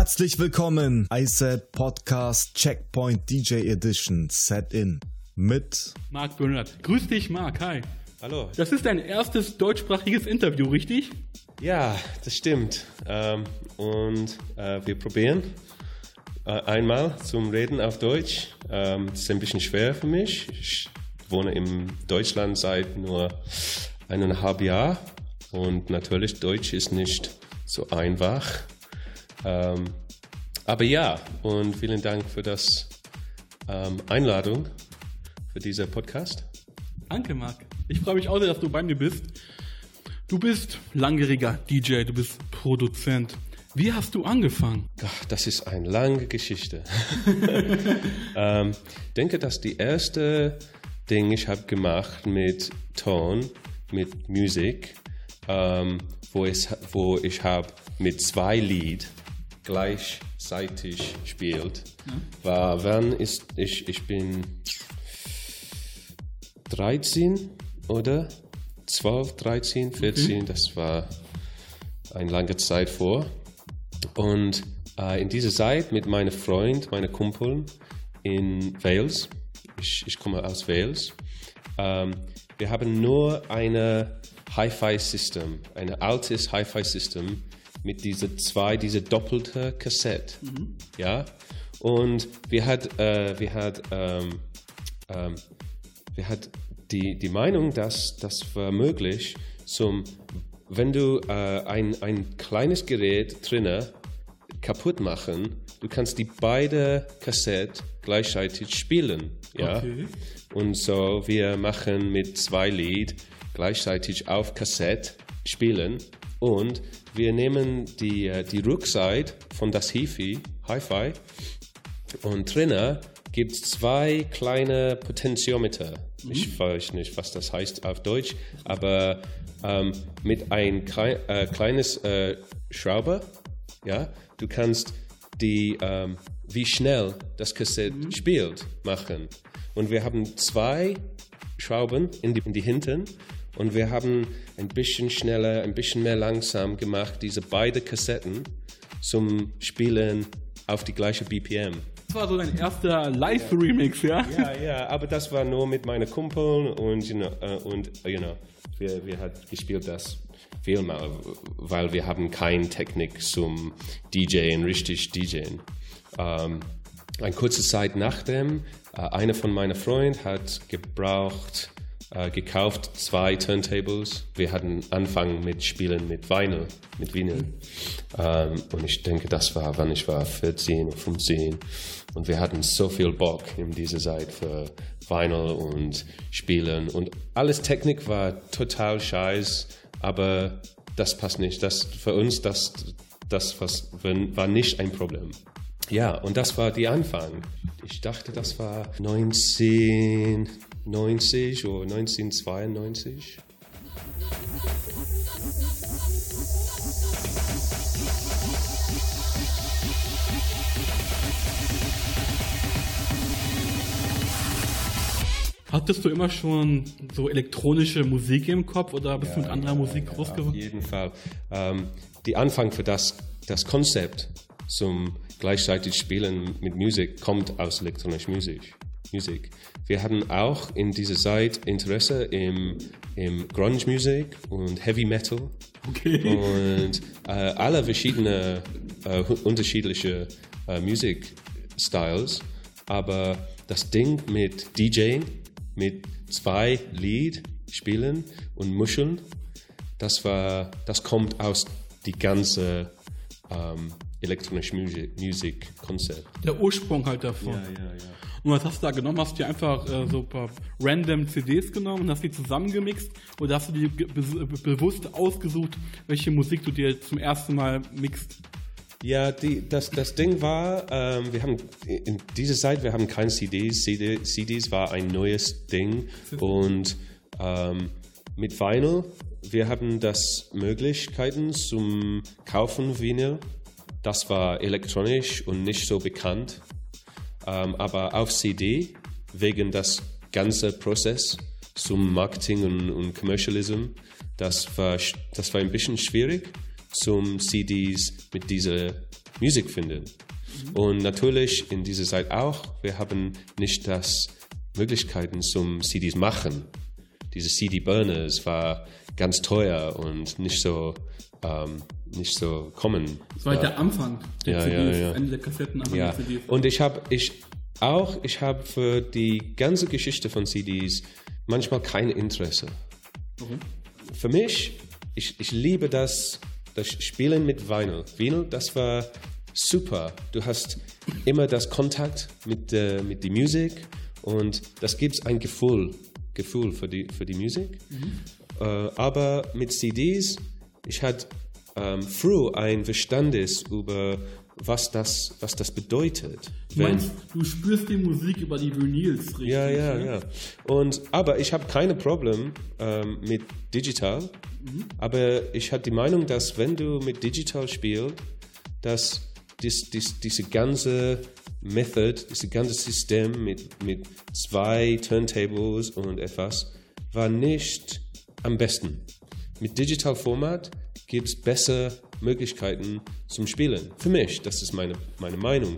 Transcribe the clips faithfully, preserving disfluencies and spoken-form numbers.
Herzlich willkommen, I S A T Podcast Checkpoint D J Edition Set In mit Marc Böhnert. Grüß dich, Marc, hi. Hallo. Das ist dein erstes deutschsprachiges Interview, richtig? Ja, das stimmt. Ähm, und äh, wir probieren äh, einmal zum Reden auf Deutsch. Ähm, das ist ein bisschen schwer für mich. Ich wohne in Deutschland seit nur eineinhalb Jahren und natürlich Deutsch ist nicht so einfach. Ähm, aber ja, und vielen Dank für das ähm, Einladung für diesen Podcast. Danke, Marc. Ich freue mich auch sehr, dass du bei mir bist. Du bist langjähriger D J, du bist Produzent. Wie hast du angefangen? Ach, das ist eine lange Geschichte. ähm, ich denke, dass die erste Ding ich habe gemacht mit Ton, mit Musik, ähm, wo ich, wo ich habe mit zwei Lied gleichzeitig spielt, ja. War, wann ist ich, ich bin dreizehn oder zwölf, dreizehn, vierzehn, okay. Das war eine lange Zeit vor. Und äh, in dieser Zeit mit meinem Freund, meinen Kumpeln in Wales, ich, ich komme aus Wales, ähm, wir haben nur ein Hi-Fi-System, ein altes Hi-Fi-System mit diese zwei, diese doppelte Kassette, mhm. Ja, und wir hat, äh, wir hat, ähm, ähm, wir hat die die Meinung, dass das war möglich, zum, wenn du äh, ein ein kleines Gerät drinnen kaputt machen, du kannst die beide Kassette gleichzeitig spielen, ja, okay. Und so wir machen mit zwei Lied gleichzeitig auf Kassette spielen. Und wir nehmen die, die Rückseite von das Hi-Fi, Hi-Fi und drinnen gibt es zwei kleine Potentiometer. Mhm. Ich weiß nicht, was das heißt auf Deutsch, aber ähm, mit ein klei- äh, kleines äh, Schraube, ja, du kannst die, ähm, wie schnell das Kassette mhm. spielt, machen. Und wir haben zwei Schrauben in die, in die Hinten. Und wir haben ein bisschen schneller, ein bisschen mehr langsam gemacht, diese beiden Kassetten zum Spielen auf die gleiche B P M. Das war so dein erster Live-Remix, ja? Ja, ja, aber das war nur mit meinen Kumpeln und, you know, uh, und you know, wir, wir haben gespielt das vielmal, weil wir haben keine Technik zum DJen, richtig DJen. Um, eine kurze Zeit nachdem, uh, einer von meinen Freunden hat gebraucht, Uh, gekauft zwei Turntables. Wir hatten angefangen mit Spielen mit Vinyl, mit Vinyl. Um, und ich denke, das war, wann ich war vierzehn oder fünfzehn. Und wir hatten so viel Bock in dieser Zeit für Vinyl und Spielen. Und alles Technik war total scheiß, aber das passt nicht. Das, für uns, das, das was, war nicht ein Problem. Ja, und das war der Anfang. Ich dachte, das war neunzehnhundertneunzig oder neunzehnhundertzweiundneunzig. Hattest du immer schon so elektronische Musik im Kopf oder bist ja, du mit anderer ja, Musik groß geworden? Auf jeden Fall. Ähm, die Anfang für das, das Konzept zum gleichzeitig Spielen mit Musik kommt aus elektronischer Musik. Musik. Wir hatten auch in dieser Zeit Interesse im, im Grunge-Musik und Heavy Metal. Okay. Und äh, alle verschiedene äh, unterschiedliche äh, Musikstyles. Aber das Ding mit DJing, mit zwei Lied spielen und muscheln, das war, das kommt aus die ganze ähm, elektronische Musik-Konzept. Der Ursprung halt davon. Ja, ja, ja. Und was hast du da genommen? Hast du dir einfach äh, so ein paar random C Ds genommen und hast die zusammengemixt? Oder hast du dir be- be- bewusst ausgesucht, welche Musik du dir zum ersten Mal mixt? Ja, die, das, das Ding war, ähm, wir haben in dieser Zeit, wir haben keine C Ds. C D, C Ds war ein neues Ding. Und ähm, mit Vinyl, wir haben das Möglichkeiten zum Kaufen Vinyl. Das war elektronisch und nicht so bekannt. Um, aber auf C D, wegen das ganze Prozess zum Marketing und, und Commercialism, das war, das war ein bisschen schwierig zum C Ds mit dieser Musik finden. Mhm. Und natürlich in dieser Zeit auch, wir haben nicht das Möglichkeiten zum C Ds machen. Diese C D-Burners war ganz teuer und nicht so, ähm, nicht so common. Das war halt der Anfang der ja, C Ds, ja, ja. Ende der Kassetten, Anfang ja. der C Ds. Und ich habe ich auch, ich habe für die ganze Geschichte von C Ds manchmal kein Interesse. Warum? Für mich, ich, ich liebe das, das Spielen mit Vinyl. Vinyl, das war super. Du hast immer das Kontakt mit, äh, mit der Musik und das gibt ein Gefühl, Gefühl für die, für die Musik. Mhm. Äh, aber mit C Ds, ich hatte ähm, früh ein Verständnis über was das, was das bedeutet. Du meinst, du spürst die Musik über die Vinyls, richtig? Ja, ja, ja. Und, aber ich habe keine Probleme ähm, mit Digital. Mhm. Aber ich hatte die Meinung, dass wenn du mit Digital spielst, dass dies, dies, diese ganze Method, dieses ganze System mit, mit zwei Turntables und etwas, war nicht am besten. Mit Digital Format gibt es bessere Möglichkeiten zum Spielen. Für mich, das ist meine, meine Meinung.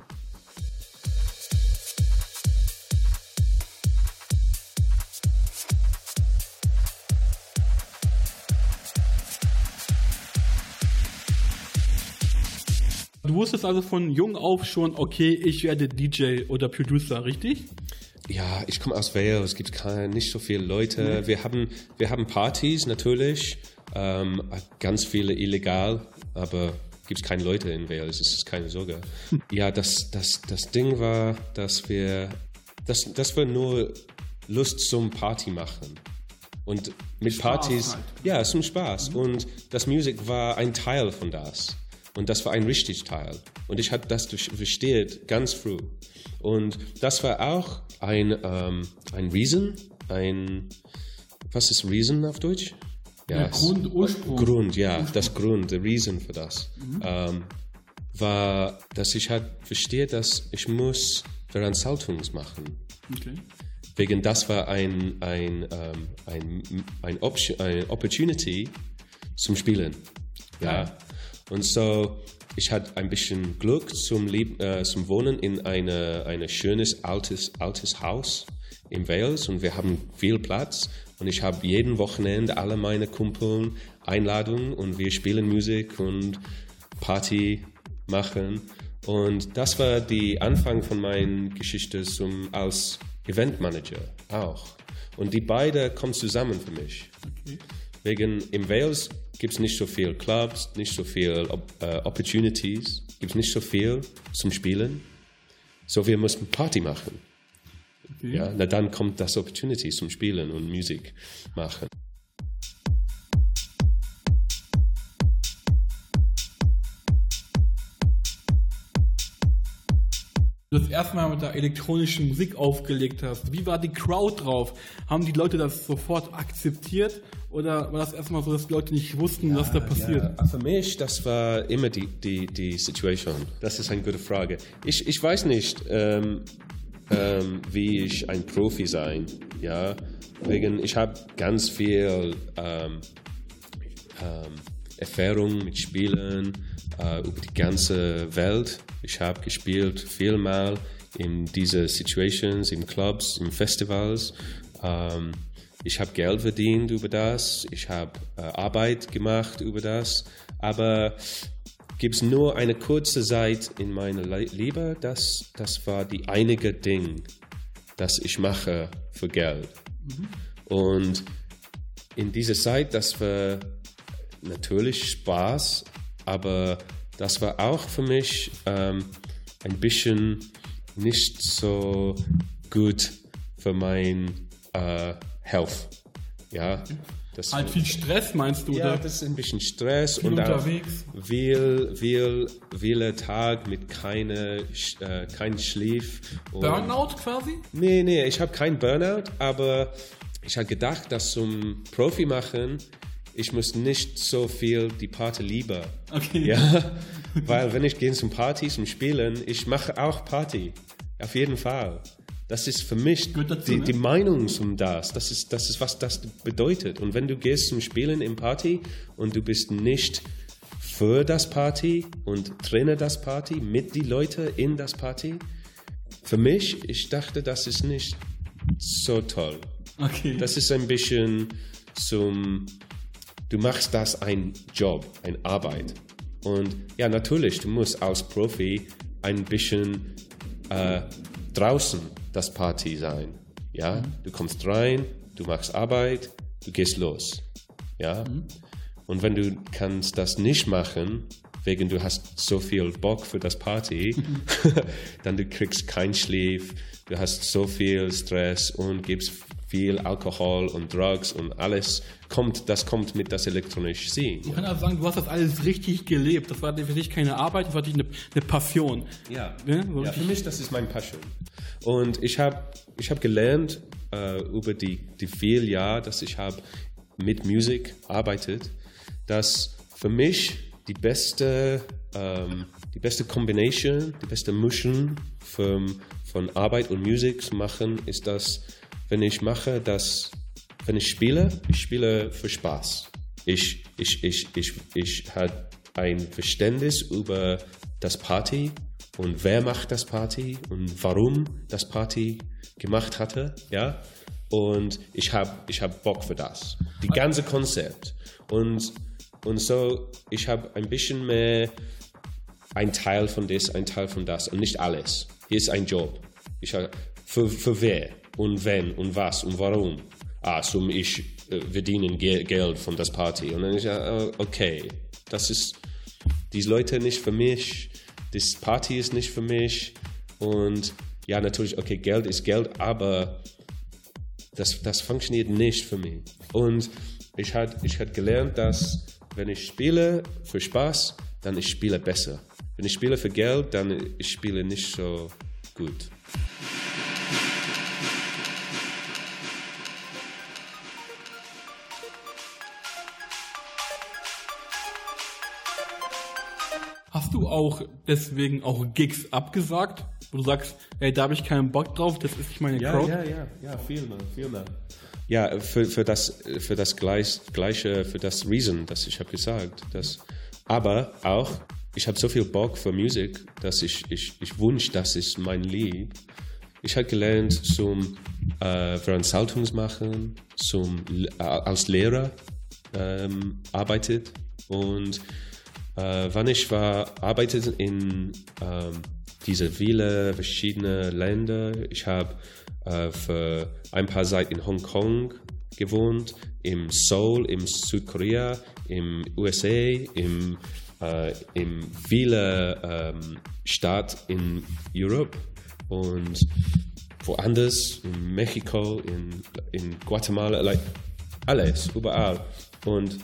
Du wusstest also von jung auf schon, okay, ich werde D J oder Producer, richtig? Ja, ich komme aus Wales, es gibt keine, nicht so viele Leute. Mhm. Wir haben, wir haben Partys natürlich, ähm, ganz viele illegal, aber gibt es keine Leute in Wales, das ist keine Sorge. Hm. Ja, das, das, das Ding war, dass wir, das, das war nur Lust zum Party machen. Und mit Spaß Partys, halt. ja, zum Spaß. Mhm. Und das Musik war ein Teil von das. Und das war ein richtig Teil. Und ich hatte das versteht ganz früh. Und das war auch ein, ähm, ein Reason, ein, was ist Reason auf Deutsch? Ja, ja, Grund, Ursprung. Grund, ja, Ursprung. das Grund, der Reason für das, mhm. ähm, war, dass ich halt verstehe, dass ich muss Veranstaltungen machen. Okay. Wegen das war ein, ein, ähm, ein, ein, Option, ein Opportunity zum Spielen. Ja. ja. Und so, ich hatte ein bisschen Glück zum, Leb äh, zum Wohnen in ein eine schönes altes, altes Haus in Wales und wir haben viel Platz. Und ich habe jeden Wochenende alle meine Kumpeln Einladungen und wir spielen Musik und Party machen. Und das war der Anfang von meiner Geschichte zum, als Eventmanager auch. Und die beiden kommen zusammen für mich. Okay. Wegen in Wales gibt es nicht so viele Clubs, nicht so viele uh, Opportunities, gibt es nicht so viel zum Spielen. So wir mussten Party machen. Okay. Ja, na dann kommt das Opportunity zum Spielen und Musik machen. Du das erste Mal mit der elektronischen Musik aufgelegt hast, wie war die Crowd drauf? Haben die Leute das sofort akzeptiert oder war das erstmal so, dass die Leute nicht wussten, ja, was da passiert? Ja. Für mich, das war immer die, die, die Situation. Das ist eine gute Frage. Ich, ich weiß nicht, ähm, ähm, wie ich ein Profi sein, ja, wegen ich habe ganz viel ähm, ähm, Erfahrung mit Spielen äh, über die ganze Welt. Ich habe gespielt vielmal in diese Situations, in Clubs, in Festivals. Ähm, ich habe Geld verdient über das. Ich habe äh, Arbeit gemacht über das. Aber gibt es nur eine kurze Zeit in meiner Liebe, das, das war die einige Ding, das ich mache für Geld. Mhm. Und in dieser Zeit, das war natürlich Spaß, aber das war auch für mich ähm, ein bisschen nicht so gut für mein äh, Health. Ja. Das halt viel Stress, meinst du? Ja, oder? das ist ein bisschen Stress viel und unterwegs. Auch viel, viel, viele Tage mit keine, äh, kein Schlaf. Burnout quasi? Nee, nee, ich habe kein Burnout, aber ich habe gedacht, dass zum Profi machen, ich muss nicht so viel die Party lieber. Okay. Ja, weil wenn ich gehe zum Party, zum Spielen, ich mache auch Party. Auf jeden Fall. Das ist für mich dazu, die, ne? die Meinung um das. Das ist, das ist, was das bedeutet. Und wenn du gehst zum Spielen im Party und du bist nicht für das Party und trainiere das Party mit den Leuten in das Party. Für mich, ich dachte, das ist nicht so toll. Okay. Das ist ein bisschen zum, du machst das ein Job, eine Arbeit. Und ja, natürlich, du musst als Profi ein bisschen äh, draußen das Party sein. Ja, mhm. Du kommst rein, du machst Arbeit, du gehst los. Ja, mhm. Und wenn du kannst das nicht machen, wegen du hast so viel Bock für das Party, dann du kriegst keinen Schlaf, du hast so viel Stress und gibst viel Alkohol und Drugs und alles kommt, das kommt mit das elektronische Sehen. Man kann also sagen, du hast das alles richtig gelebt. Das war für dich keine Arbeit, das war für dich eine, eine Passion. Ja, ja, so ja für mich das ist meine Passion. Und ich habe ich hab gelernt äh, über die, die vielen Jahre, dass ich habe mit Musik arbeitet, dass für mich die beste, ähm, die beste Kombination, die beste Mischung von, von Arbeit und Musik zu machen, ist das, wenn ich mache, das, wenn ich spiele, ich spiele für Spaß. Ich, ich, ich, ich, ich habe ein Verständnis über das Party und wer macht das Party und warum das Party gemacht hatte, ja. Und ich habe ich hab Bock für das. Die ganze Konzept. Und, und so, ich habe ein bisschen mehr ein Teil von das, ein Teil von das und nicht alles. Hier ist ein Job. Ich hab, für, für wer und wenn und was und warum. Ah, so ich äh, verdiene Ge- Geld von das Party. Und dann ich äh, okay, das ist, die Leute nicht für mich, das Party ist nicht für mich. Und ja, natürlich, okay, Geld ist Geld, aber Das, das funktioniert nicht für mich. Und ich habe ich hat gelernt, dass wenn ich spiele für Spaß, dann ich spiele besser. Wenn ich spiele für Geld, dann ich spiele nicht so gut. Hast du auch deswegen auch Gigs abgesagt, wo du sagst, ey, da habe ich keinen Bock drauf, das ist nicht meine ja, Crowd? Ja, ja, ja, viel mehr, viel mehr. Ja, für, für das, für das gleich, gleiche, für das Reason, das ich habe gesagt. Das, aber auch, ich habe so viel Bock für Musik, dass ich, ich, ich wünsche, das ist mein Lieb. Ich habe gelernt, zum äh, Veranstaltungs machen, zum, äh, als Lehrer ähm, arbeitet und äh, wann ich war, arbeitet in ähm, diese viele verschiedene Länder. Ich habe äh, für ein paar Zeit in Hongkong gewohnt, im Seoul, im Südkorea, im U S A, im, äh, in viele ähm, Städte in Europe und woanders, in Mexiko, in, in Guatemala, like, alles, überall. Und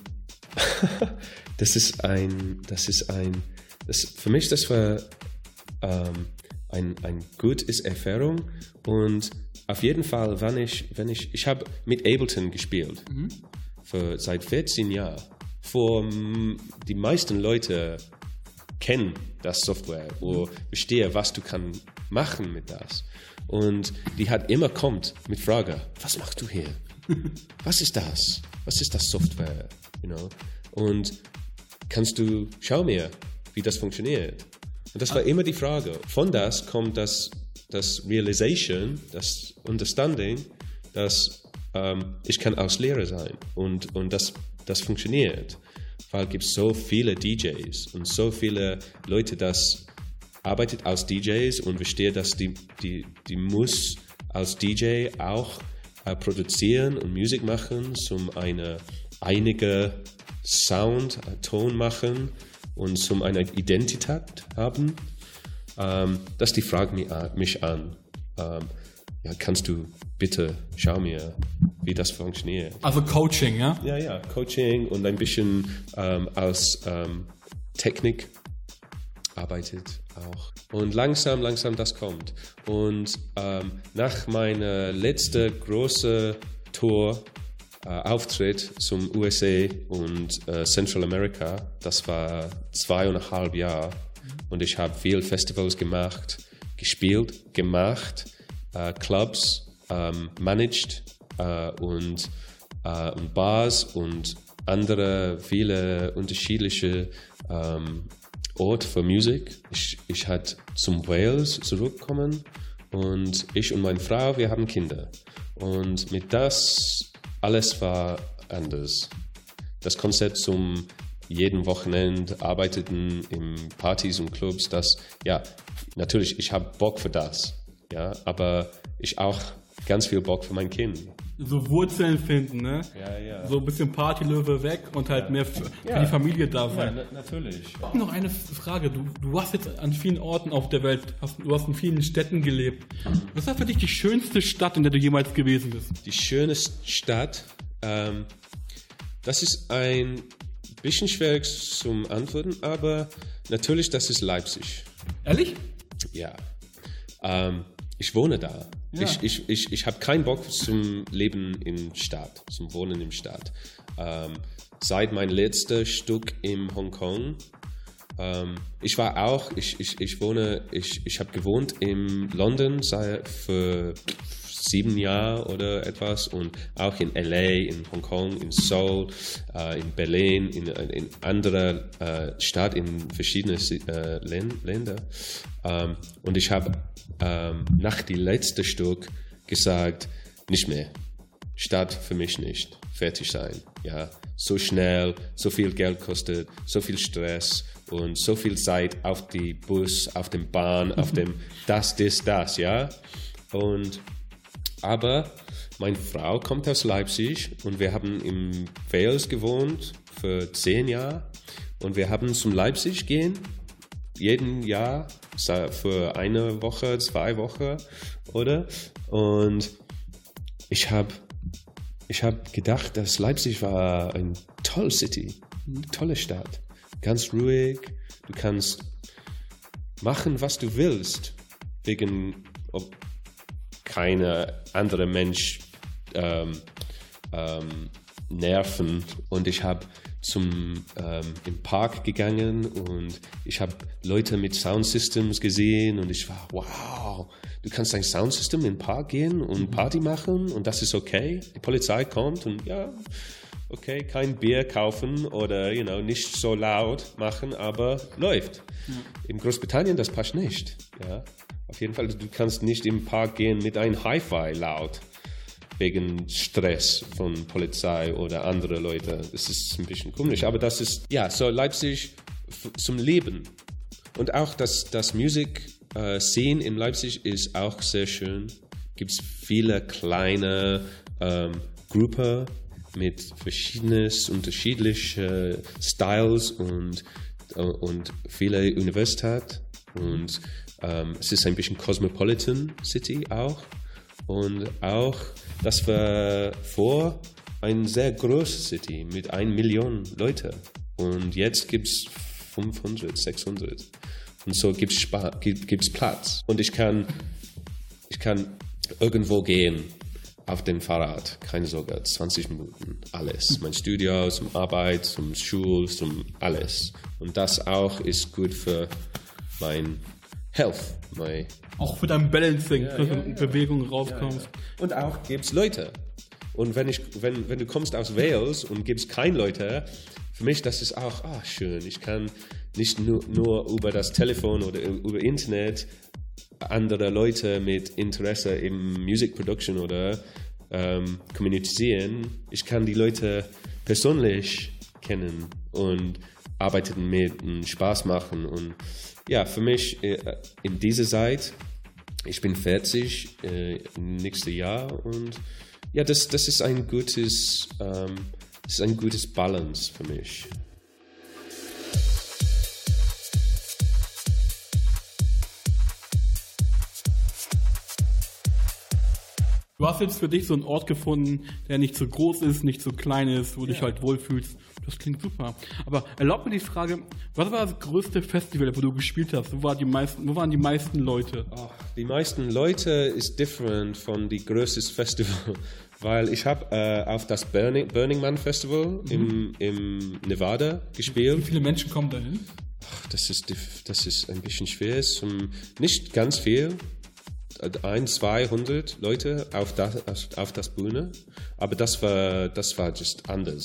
das ist ein, das ist ein, das, für mich, das war ähm, ein, ein gutes Erfahrung und auf jeden Fall, wenn ich, wenn ich, ich habe mit Ableton gespielt, mhm. für seit vierzehn Jahren. Vor, die meisten Leute kennen das Software oder verstehen, was du kannst machen mit das. Und die hat immer kommt mit Frage, was machst du hier? Was ist das? Was ist das Software? You know? Und kannst du, schau mir, wie das funktioniert. Und das war immer die Frage. Von das kommt das, das Realization, das Understanding, dass ähm, ich kann auch Lehrer sein und, und das, das funktioniert. Weil es gibt so viele D Js und so viele Leute, das arbeitet als D Js und versteht, dass die, die, die muss als D J auch äh, produzieren und Musik machen, um eine einige Sound, äh, Ton machen und zum eine Identität haben. Ähm, das die fragt mich, äh, mich an. Ähm, ja, kannst du bitte schau mir, wie das funktioniert? Also Coaching, ja? Ja, ja, Coaching und ein bisschen ähm, als ähm, Technik arbeitet auch. Und langsam, langsam das kommt. Und ähm, nach meiner letzten großen Tour, äh, Auftritt zum U S A und äh, Central America, das war zweieinhalb Jahre. Und ich habe viele Festivals gemacht, gespielt, gemacht, äh, Clubs ähm, managed äh, und, äh, und Bars und andere, viele unterschiedliche ähm, Orte für Musik. Ich, ich hatte zum Wales zurückkommen und ich und meine Frau, wir haben Kinder. Und mit das, alles war anders. Das Konzept zum jeden Wochenende arbeiteten in Partys und Clubs, das, ja, natürlich, ich habe Bock für das, ja, aber ich auch ganz viel Bock für mein Kind. So Wurzeln finden, ne? Ja, ja. So ein bisschen Partylöwe weg und halt ja. mehr für, ja. für die Familie da sein. Ja, na, natürlich. Ich habe noch eine Frage. Du, du hast jetzt an vielen Orten auf der Welt, hast, du hast in vielen Städten gelebt. Was war für dich die schönste Stadt, in der du jemals gewesen bist? Die schönste Stadt, ähm, das ist ein bisschen schwierig zum Antworten, aber natürlich, das ist Leipzig. Ehrlich? Ja. Ähm, ich wohne da. Ja. Ich, ich, ich, ich habe keinen Bock zum Leben im Stadt, zum Wohnen im Stadt. Ähm, seit mein letztes Stück in Hongkong. Ähm, ich war auch, ich, ich, ich wohne, ich, ich habe gewohnt in London seit für sieben Jahre oder etwas und auch in L A, in Hongkong, in Seoul, äh, in Berlin, in, in andere äh, Städte, in verschiedene äh, Länder. Ähm, und ich habe ähm, nach dem letzten Stück gesagt, nicht mehr. Stadt für mich nicht. Fertig sein. Ja, so schnell, so viel Geld kostet, so viel Stress und so viel Zeit auf die Bus, auf dem Bahn, auf dem das, das, das, ja. Und aber meine Frau kommt aus Leipzig und wir haben in Wales gewohnt für zehn Jahre und wir haben zum Leipzig gehen, jeden Jahr für eine Woche, zwei Wochen, oder? Und ich habe ich hab gedacht, dass Leipzig war eine tolle City, eine tolle Stadt, ganz ruhig, du kannst machen, was du willst, wegen ob keine andere Mensch ähm, ähm, nerven. Und ich habe zum ähm, im Park gegangen und ich habe Leute mit Soundsystems gesehen und ich war, wow, du kannst ein Soundsystem im Park gehen und Party machen und das ist okay. Die Polizei kommt und ja, okay, kein Bier kaufen oder you know, nicht so laut machen, aber läuft. Ja. In Großbritannien das passt nicht. Ja. Auf jeden Fall, du kannst nicht im Park gehen mit einem Hi-Fi laut, wegen Stress von Polizei oder andere Leute. Das ist ein bisschen komisch, aber das ist, ja, so Leipzig f- zum Leben. Und auch das, das Musik-Szene äh, in Leipzig ist auch sehr schön. Gibt es viele kleine ähm, Gruppen mit verschiedenen, unterschiedlichen Styles und, äh, und viele Universitäten. Und ähm, es ist ein bisschen Cosmopolitan City auch. Und auch, das war vor eine sehr große City mit einer Million Leute. Und jetzt gibt es fünfhundert, sechshundert. Und so gibt es gibt, gibt's Platz. Und ich kann, ich kann irgendwo gehen auf dem Fahrrad. Keine Sorge, zwanzig Minuten, alles. Mein Studio, zum Arbeit, zum Schule, zum alles. Und das auch ist gut für mein Health. My auch für dein Balancing, ja, dass du ja, in ja. Bewegung rauskommst. Ja, ja. Und auch gibt es Leute. Und wenn, ich, wenn, wenn du kommst aus Wales und gibst keine Leute, für mich das ist auch ah, schön. Ich kann nicht nur, nur über das Telefon oder über Internet andere Leute mit Interesse in Music Production oder ähm, kommunizieren. Ich kann die Leute persönlich kennen und arbeiten mit und Spaß machen. Und ja, für mich äh, in dieser Zeit, ich bin vierzig äh, nächstes Jahr und ja, das, das ist ein gutes, ähm, das ist ein gutes Balance für mich. Du hast jetzt für dich so einen Ort gefunden, der nicht so groß ist, nicht so klein ist, wo du ja. dich halt wohlfühlst. Das klingt super. Aber erlaub mir die Frage, was war das größte Festival, wo du gespielt hast? Wo, war die meisten, wo waren die meisten Leute? Oh, die meisten Leute ist different von die größtes Festival, weil ich habe äh, auf das Burning, Burning Man Festival mhm. im, im Nevada gespielt. Wie viele Menschen kommen da hin? Ach, das ist, das ist ein bisschen schwer. Nicht ganz viel. Ein, zweihundert Leute auf das, auf das Bühne, aber das war, das war just anders.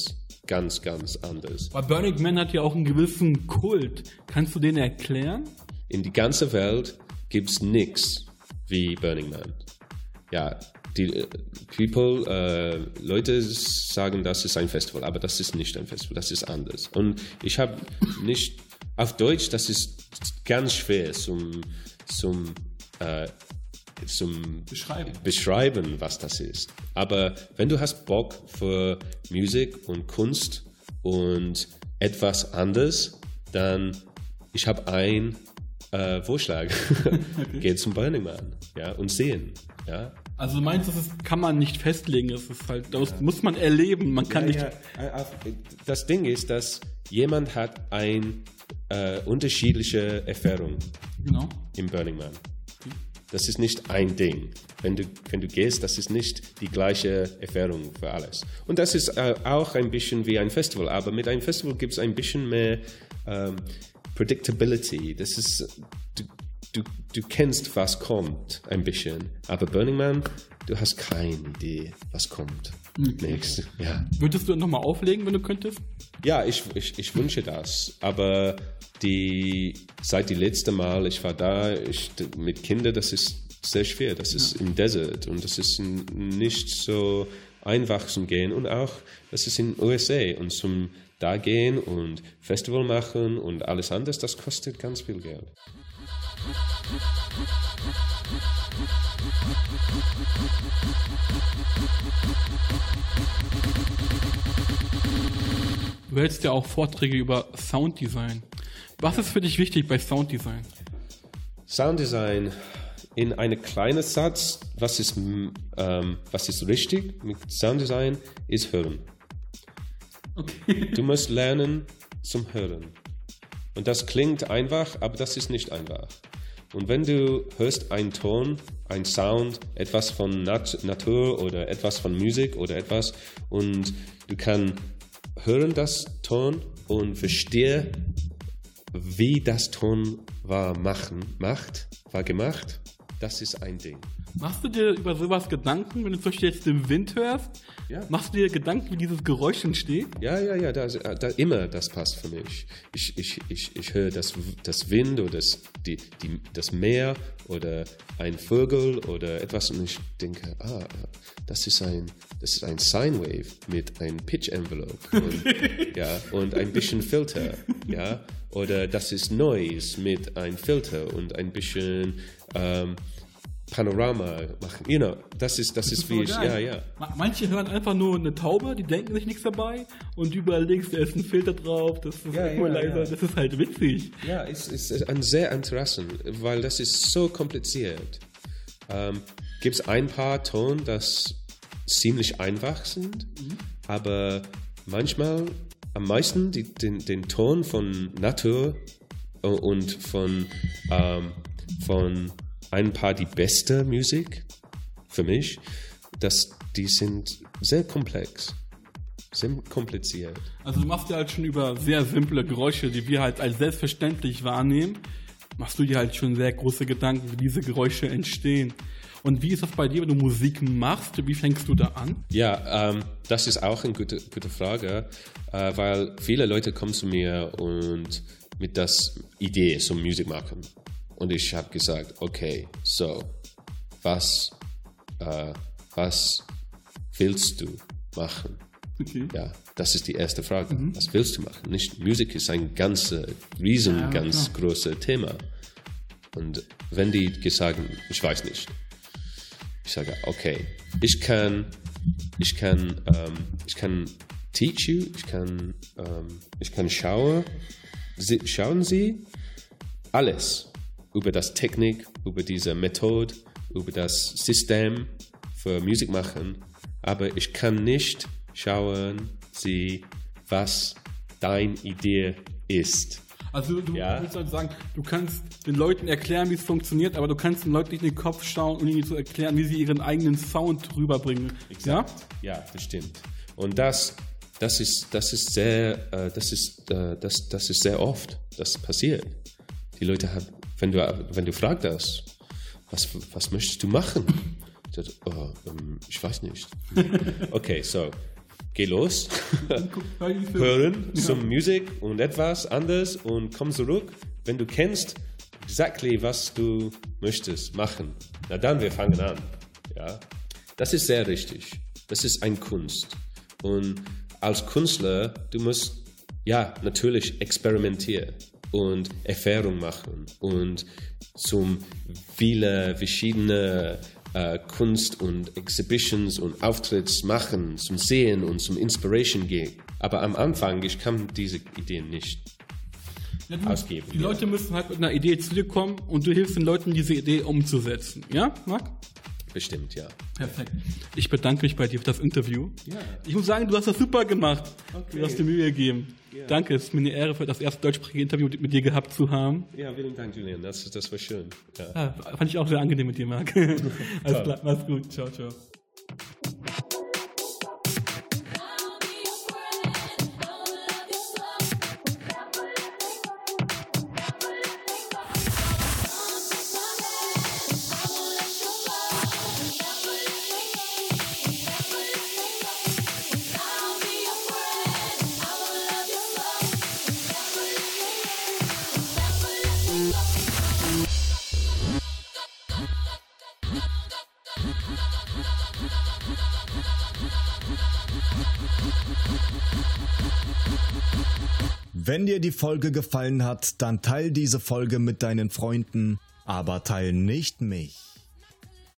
ganz, ganz anders. Aber Burning Man hat ja auch einen gewissen Kult. Kannst du den erklären? In die ganze Welt gibt es nichts wie Burning Man. Ja, die uh, People, uh, Leute sagen, das ist ein Festival, aber das ist nicht ein Festival, das ist anders. Und ich habe nicht, auf Deutsch, das ist ganz schwer zum, zum, uh, zum beschreiben. beschreiben, was das ist. Aber wenn du hast Bock für Musik und Kunst und etwas anderes, dann ich habe ein äh, Vorschlag. Okay. Geh zum Burning Man, ja, und sehen. Ja. Also du meinst, das ist, kann man nicht festlegen, das ist halt, das ja. muss man erleben, man kann ja, nicht... Ja. Das Ding ist, dass jemand hat eine äh, unterschiedliche Erfahrung genau. im Burning Man. Das ist nicht ein Ding. Wenn du, wenn du gehst, das ist nicht die gleiche Erfahrung für alles. Und das ist äh, auch ein bisschen wie ein Festival, aber mit einem Festival gibt es ein bisschen mehr ähm, Predictability. Das ist, du, du, du kennst, was kommt, ein bisschen. Aber Burning Man, du hast keine Idee, was kommt. Okay. Nächst, ja. Würdest du nochmal auflegen, wenn du könntest? Ja, ich, ich, ich wünsche das. Aber die, seit die letzte Mal, ich war da, ich, mit Kindern, das ist sehr schwer. Das ist ja. im Desert und das ist nicht so einfach zum Gehen. Und auch, das ist in den U S A. Und zum da gehen und Festival machen und alles anderes, das kostet ganz viel Geld. Du hältst ja auch Vorträge über Sounddesign. Was ist für dich wichtig bei Sounddesign? Sounddesign in einem kleinen Satz, was ist, ähm, was ist richtig mit Sounddesign, ist Hören. Okay. Du musst lernen zum Hören. Und das klingt einfach, aber das ist nicht einfach. Und wenn du hörst einen Ton, einen Sound, etwas von Nat- Natur oder etwas von Musik oder etwas und du kannst hören das Ton und verstehen, wie das Ton war machen, macht, war gemacht, das ist ein Ding. Machst du dir über sowas Gedanken, wenn du zum Beispiel jetzt den Wind hörst? Ja. Machst du dir Gedanken, wie dieses Geräusch entsteht? Ja, ja, ja, da, da immer das passt für mich. Ich, ich, ich, ich höre das, das Wind oder das, die, die, das Meer oder ein Vogel oder etwas und ich denke, ah, das ist ein, das ist ein Sine Wave mit einem Pitch Envelope und, ja, und ein bisschen Filter, ja, oder das ist Noise mit einem Filter und ein bisschen ähm, Panorama machen. You know, das ist, das, das ist, ist wie ich, ja, ja. Manche hören einfach nur eine Taube, die denken sich nichts dabei und überall links, da ist ein Filter drauf, das ist ja, Equalizer, ja, ja. Das ist halt witzig. Ja, es ist ein sehr interessant, weil das ist so kompliziert. Ähm, gibt es ein paar Ton, das ziemlich einfach sind, mhm. aber manchmal am meisten die, den, den Ton von Natur und von, ähm, von ein paar die beste Musik für mich, dass die sind sehr komplex, sehr kompliziert. Also du machst dir halt schon über sehr simple Geräusche, die wir halt als selbstverständlich wahrnehmen, machst du dir halt schon sehr große Gedanken, wie diese Geräusche entstehen. Und wie ist das bei dir, wenn du Musik machst? Wie fängst du da an? Ja, ähm, das ist auch eine gute, gute Frage, äh, weil viele Leute kommen zu mir und mit das Idee zum Musik machen. Und ich habe gesagt, okay, so, was, äh, was willst du machen? Okay. Ja, das ist die erste Frage. Mhm. Was willst du machen? Nicht Musik ist ein ganz, riesen, ja, ganz großes Thema. Und wenn die gesagt haben, ich weiß nicht, ich sage, okay, ich kann, ich kann, ähm, ich kann teach you, ich kann, ähm, ich kann schauen, Sie, schauen Sie alles über das Technik, über diese Methode, über das System für Musik machen, aber ich kann nicht schauen, Sie, was deine Idee ist. Also du ja. willst also sagen, du kannst den Leuten erklären, wie es funktioniert, aber du kannst den Leuten nicht in den Kopf schauen und ihnen zu erklären, wie sie ihren eigenen Sound rüberbringen. Exakt. Ja, ja, das stimmt. Und das, das ist, das ist sehr, äh, das ist, äh, das, das ist sehr oft, das passiert. Die Leute haben, wenn du, wenn du fragst das, was, was möchtest du machen? Ich sage, oh, ähm, ich weiß nicht. Okay, so geh los, hören zum Musik und etwas anderes und komm zurück, wenn du kennst, exactly was du möchtest machen. Na dann, wir fangen an. Ja, das ist sehr richtig. Das ist eine Kunst. Und als Künstler, du musst ja natürlich experimentieren und Erfahrung machen und zum viele verschiedene äh, Kunst und Exhibitions und Auftritts machen, zum Sehen und zum Inspiration gehen. Aber am Anfang, ich kann diese Ideen nicht ja, du, ausgeben. Die Leute müssen halt mit einer Idee zu dir kommen und du hilfst den Leuten, diese Idee umzusetzen. Ja, Marc? Bestimmt, ja. Perfekt. Ich bedanke mich bei dir für das Interview. Ja. Ich muss sagen, du hast das super gemacht. Okay. Du hast dir Mühe gegeben. Ja. Danke, es ist mir eine Ehre, für das erste deutschsprachige Interview mit dir gehabt zu haben. Ja, vielen Dank, Julian. Das, das war schön. Ja. Ja, fand ich auch sehr angenehm mit dir, Marc. Alles klar, mach's gut. Ciao, ciao. Wenn dir die Folge gefallen hat, dann teil diese Folge mit deinen Freunden, aber teil nicht mich.